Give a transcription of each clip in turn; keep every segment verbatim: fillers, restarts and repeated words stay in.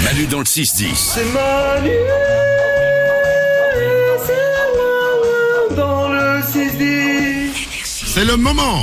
Manu dans le six dix. C'est Manu, c'est Manu dans le six dix. C'est le moment.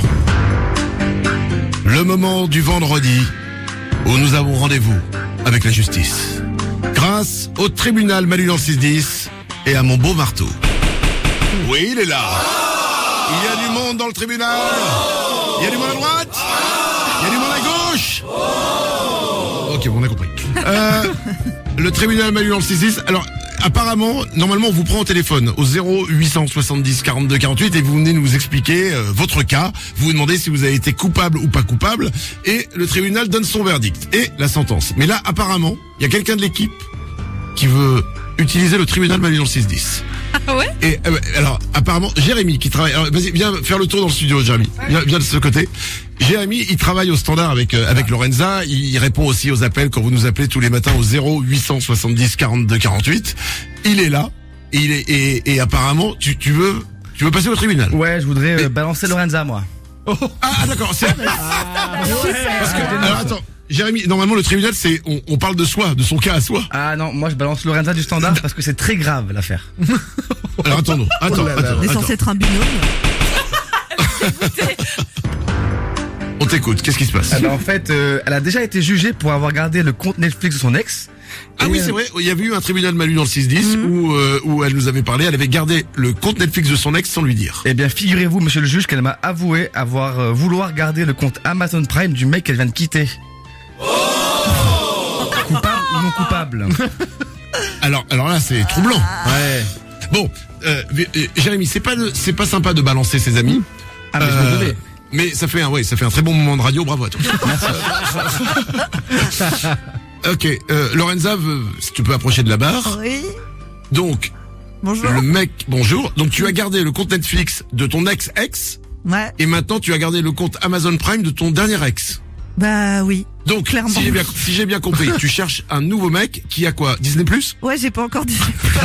Le moment du vendredi où nous avons rendez-vous avec la justice. Grâce au tribunal Manu dans le six dix et à mon beau marteau. Oui, il est là. Il y a du monde dans le tribunal. Il y a du monde à droite. Il y a du monde à gauche. Ok, bon, on a compris. Euh, le tribunal Manu dans le six dix. Alors, apparemment, normalement, on vous prend au téléphone au zéro huit cent soixante-dix quarante-deux quarante-huit et vous venez nous expliquer euh, votre cas. Vous vous demandez si vous avez été coupable ou pas coupable et le tribunal donne son verdict et la sentence. Mais là, apparemment, il y a quelqu'un de l'équipe qui veut utiliser le tribunal Manu dans le six dix. Ah ouais? Et euh, alors, apparemment, Jérémy qui travaille... Alors, vas-y, viens faire le tour dans le studio, Jérémy. Viens, viens de ce côté. Jérémy, il travaille au standard avec euh, avec Lorenza. Il, il répond aussi aux appels quand vous nous appelez tous les matins au zéro huit cent soixante-dix quarante-deux quarante-huit. Il est là. Et, il est, et, et apparemment, tu, tu veux tu veux passer au tribunal. Ouais, je voudrais euh, Mais- balancer Lorenza, moi. Oh. Ah, d'accord. C'est... Parce que, alors, attends. Jérémy, normalement, le tribunal, c'est... On, on parle de soi, de son cas à soi. Ah non, moi je balance Lorenza du standard parce que c'est très grave l'affaire. Alors, attends, attends, attends. C'est attends. censé être un binôme. On t'écoute. Qu'est-ce qui se passe? Ah bah, en fait, euh, elle a déjà été jugée pour avoir gardé le compte Netflix de son ex. Ah Et, oui, euh, c'est vrai, il y avait eu un tribunal Manu dans le six dix où, euh, où elle nous avait parlé, elle avait gardé le compte Netflix de son ex sans lui dire. Eh bien, figurez-vous, monsieur le juge, qu'elle m'a avoué avoir euh, vouloir garder le compte Amazon Prime du mec qu'elle vient de quitter. Coupable ou non coupable? Alors, alors là, c'est troublant. Ouais. Bon, euh, euh, Jérémy, c'est pas, de- c'est pas sympa de balancer ses amis. Ah mais je Euh, m'en devais. mais ça fait un, ouais, ça fait un très bon moment de radio, bravo à toi. Ok, euh, Lorenza, veut- si tu peux approcher de la barre. Oui. Donc, Bonjour. le mec, bonjour. Donc, tu as gardé le compte Netflix de ton ex-ex, Ouais. et maintenant tu as gardé le compte Amazon Prime de ton dernier ex. Bah oui. Donc, Clairement. si j'ai bien, si j'ai bien compris, tu cherches un nouveau mec qui a quoi? Disney Plus? Ouais, j'ai pas encore dit.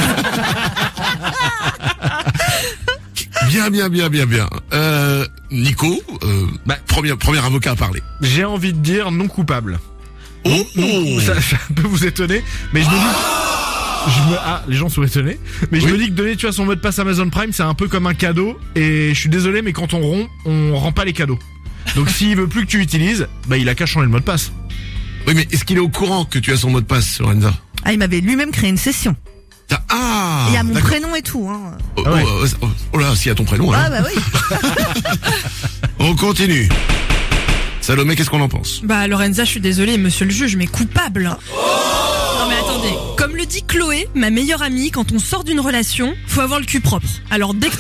Bien, bien, bien, bien, bien. Euh, Nico, euh, Bah. premier, premier avocat à parler. J'ai envie de dire non coupable. Oh, oh. Ça, ça peut vous étonner, mais je me dis... Je me, ah, les gens sont étonnés. Mais je Oui. me dis que donner, tu vois, son mot de passe Amazon Prime, c'est un peu comme un cadeau. Et je suis désolé, mais quand on rompt, on rend pas les cadeaux. Donc s'il veut plus que tu utilises, bah il a qu'à changer le mot de passe. Oui, mais est-ce qu'il est au courant que tu as son mot de passe, Lorenza? Ah, il m'avait lui-même créé une session. T'as- Ah! Il y a mon d'accord. prénom et tout, hein. Oh, Ah ouais. oh, oh, oh là, s'il y a ton prénom, Ah alors. bah oui. On continue. Salomé, qu'est-ce qu'on en pense? Bah Lorenza, je suis désolée, monsieur le juge, mais coupable. Non mais attendez, comme le dit Chloé, ma meilleure amie, quand on sort d'une relation, faut avoir le cul propre. Alors dès que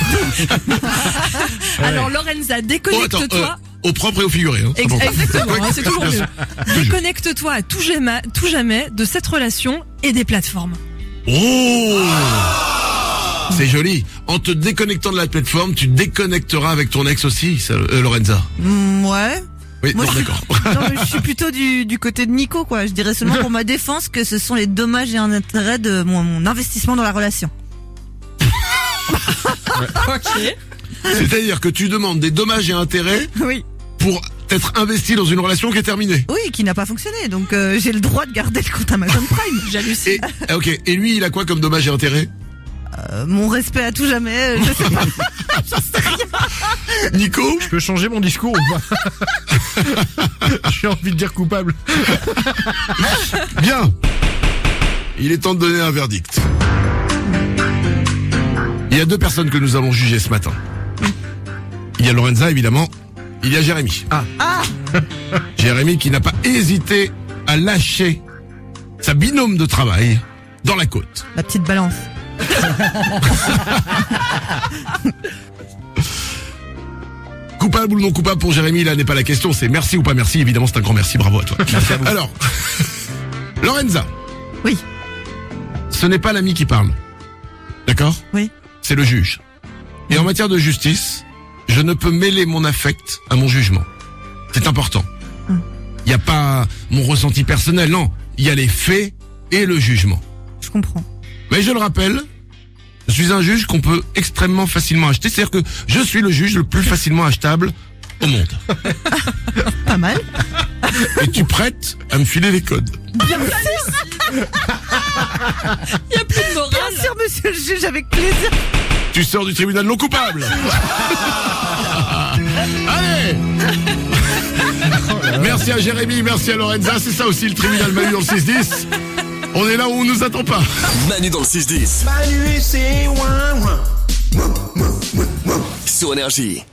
Alors Lorenza, Oh, attends, déconnecte-toi. euh, au propre et au figuré, hein. c'est Ex- important. Exactement, hein, c'est toujours Bien mieux. sûr. Toujours. Déconnecte-toi à tout jamais, tout jamais de cette relation et des plateformes. Oh! C'est joli. En te déconnectant de la plateforme, tu déconnecteras avec ton ex aussi, ça, euh, Lorenza. Mm, ouais. Oui, Moi, non, je suis- d'accord. Non, mais je suis plutôt du, du côté de Nico, quoi. Je dirais seulement pour ma défense que ce sont les dommages et intérêts de mon, mon investissement dans la relation. Ok. C'est-à-dire que tu demandes des dommages et intérêts Oui. pour être investi dans une relation qui est terminée. Oui, qui n'a pas fonctionné. Donc, euh, j'ai le droit de garder le compte Amazon Prime. J'hallucine. Et, ah, ok. Et lui, il a quoi comme dommages et intérêts? Euh, mon respect à tout jamais, euh, je sais pas. Nico? Je peux changer mon discours ou pas? J'ai envie de dire coupable. Bien. Il est temps de donner un verdict. Il y a deux personnes que nous allons juger ce matin. Il y a Lorenza, évidemment. Il y a Jérémy. Ah. Jérémy qui n'a pas hésité à lâcher sa binôme de travail dans la côte. La petite balance. Coupable ou non coupable pour Jérémy, là n'est pas la question, c'est merci ou pas merci. Évidemment, c'est un grand merci, bravo à toi. Merci à vous. Alors, Lorenza. Oui. Ce n'est pas l'ami qui parle. D'accord? Oui. C'est le juge. Et en matière de justice, je ne peux mêler mon affect à mon jugement. C'est important. Il n'y a pas mon ressenti personnel, non. Il y a les faits et le jugement. Je comprends. Mais je le rappelle, je suis un juge qu'on peut extrêmement facilement acheter. C'est-à-dire que je suis le juge le plus facilement achetable au monde. Pas mal. Es tu prête à me filer les codes? Il y a plus de morale. Bien sûr, monsieur le juge, avec plaisir. Tu sors du tribunal non coupable. Allez. Merci à Jérémy, merci à Lorenza. C'est ça aussi le tribunal Manu dans le six dix. On est là où on nous attend pas. Manu dans le six dix. Manu et c'est ouin ouin. Sur Énergie.